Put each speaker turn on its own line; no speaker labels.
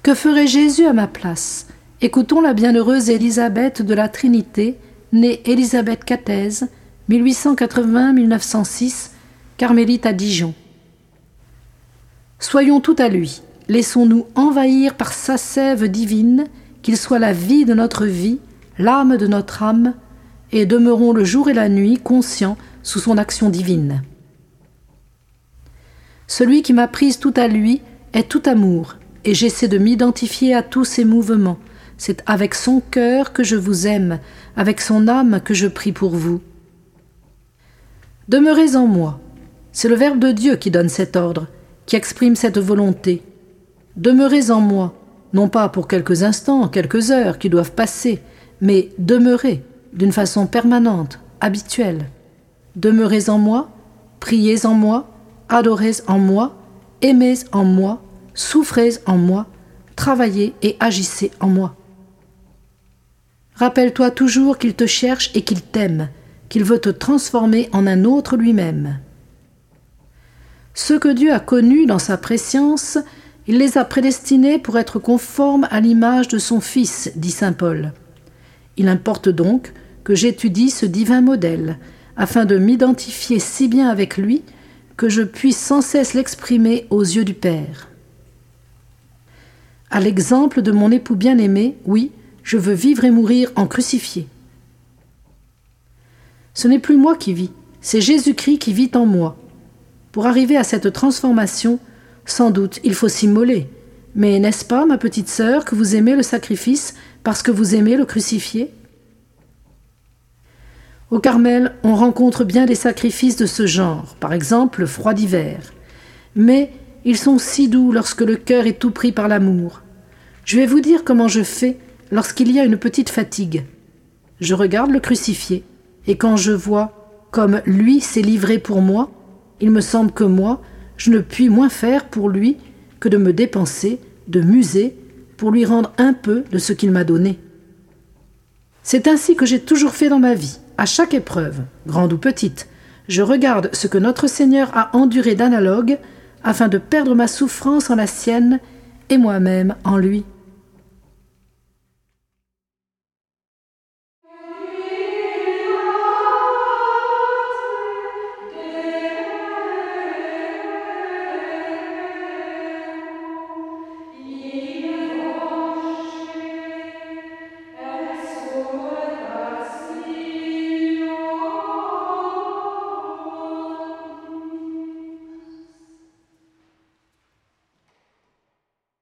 Que ferait Jésus à ma place? Écoutons la bienheureuse Élisabeth de la Trinité, née Élisabeth Cathèse, 1880-1906, carmélite à Dijon. Soyons tout à lui, laissons-nous envahir par sa sève divine, qu'il soit la vie de notre vie, l'âme de notre âme, et demeurons le jour et la nuit conscients sous son action divine. Celui qui m'a prise tout à lui est tout amour, et j'essaie de m'identifier à tous ses mouvements. C'est avec son cœur que je vous aime, avec son âme que je prie pour vous. Demeurez en moi. C'est le Verbe de Dieu qui donne cet ordre, qui exprime cette volonté. Demeurez en moi, non pas pour quelques instants, quelques heures qui doivent passer, mais demeurez d'une façon permanente, habituelle. Demeurez en moi, priez en moi, adorez en moi, aimez en moi, souffrez en moi, travaillez et agissez en moi. Rappelle-toi toujours qu'il te cherche et qu'il t'aime, qu'il veut te transformer en un autre lui-même. Ceux que Dieu a connus dans sa prescience, il les a prédestinés pour être conformes à l'image de son Fils, dit saint Paul. Il importe donc que j'étudie ce divin modèle, afin de m'identifier si bien avec lui que je puisse sans cesse l'exprimer aux yeux du Père. À l'exemple de mon époux bien-aimé, oui, je veux vivre et mourir en crucifié. Ce n'est plus moi qui vis, c'est Jésus-Christ qui vit en moi. Pour arriver à cette transformation, sans doute il faut s'immoler. Mais n'est-ce pas, ma petite sœur, que vous aimez le sacrifice parce que vous aimez le crucifié? Au Carmel, on rencontre bien des sacrifices de ce genre, par exemple le froid d'hiver. Mais ils sont si doux lorsque le cœur est tout pris par l'amour. Je vais vous dire comment je fais lorsqu'il y a une petite fatigue. Je regarde le crucifié, et quand je vois comme lui s'est livré pour moi, il me semble que moi, je ne puis moins faire pour lui que de me dépenser, de m'user, pour lui rendre un peu de ce qu'il m'a donné. C'est ainsi que j'ai toujours fait dans ma vie, à chaque épreuve, grande ou petite. Je regarde ce que notre Seigneur a enduré d'analogue, afin de perdre ma souffrance en la sienne et moi-même en lui.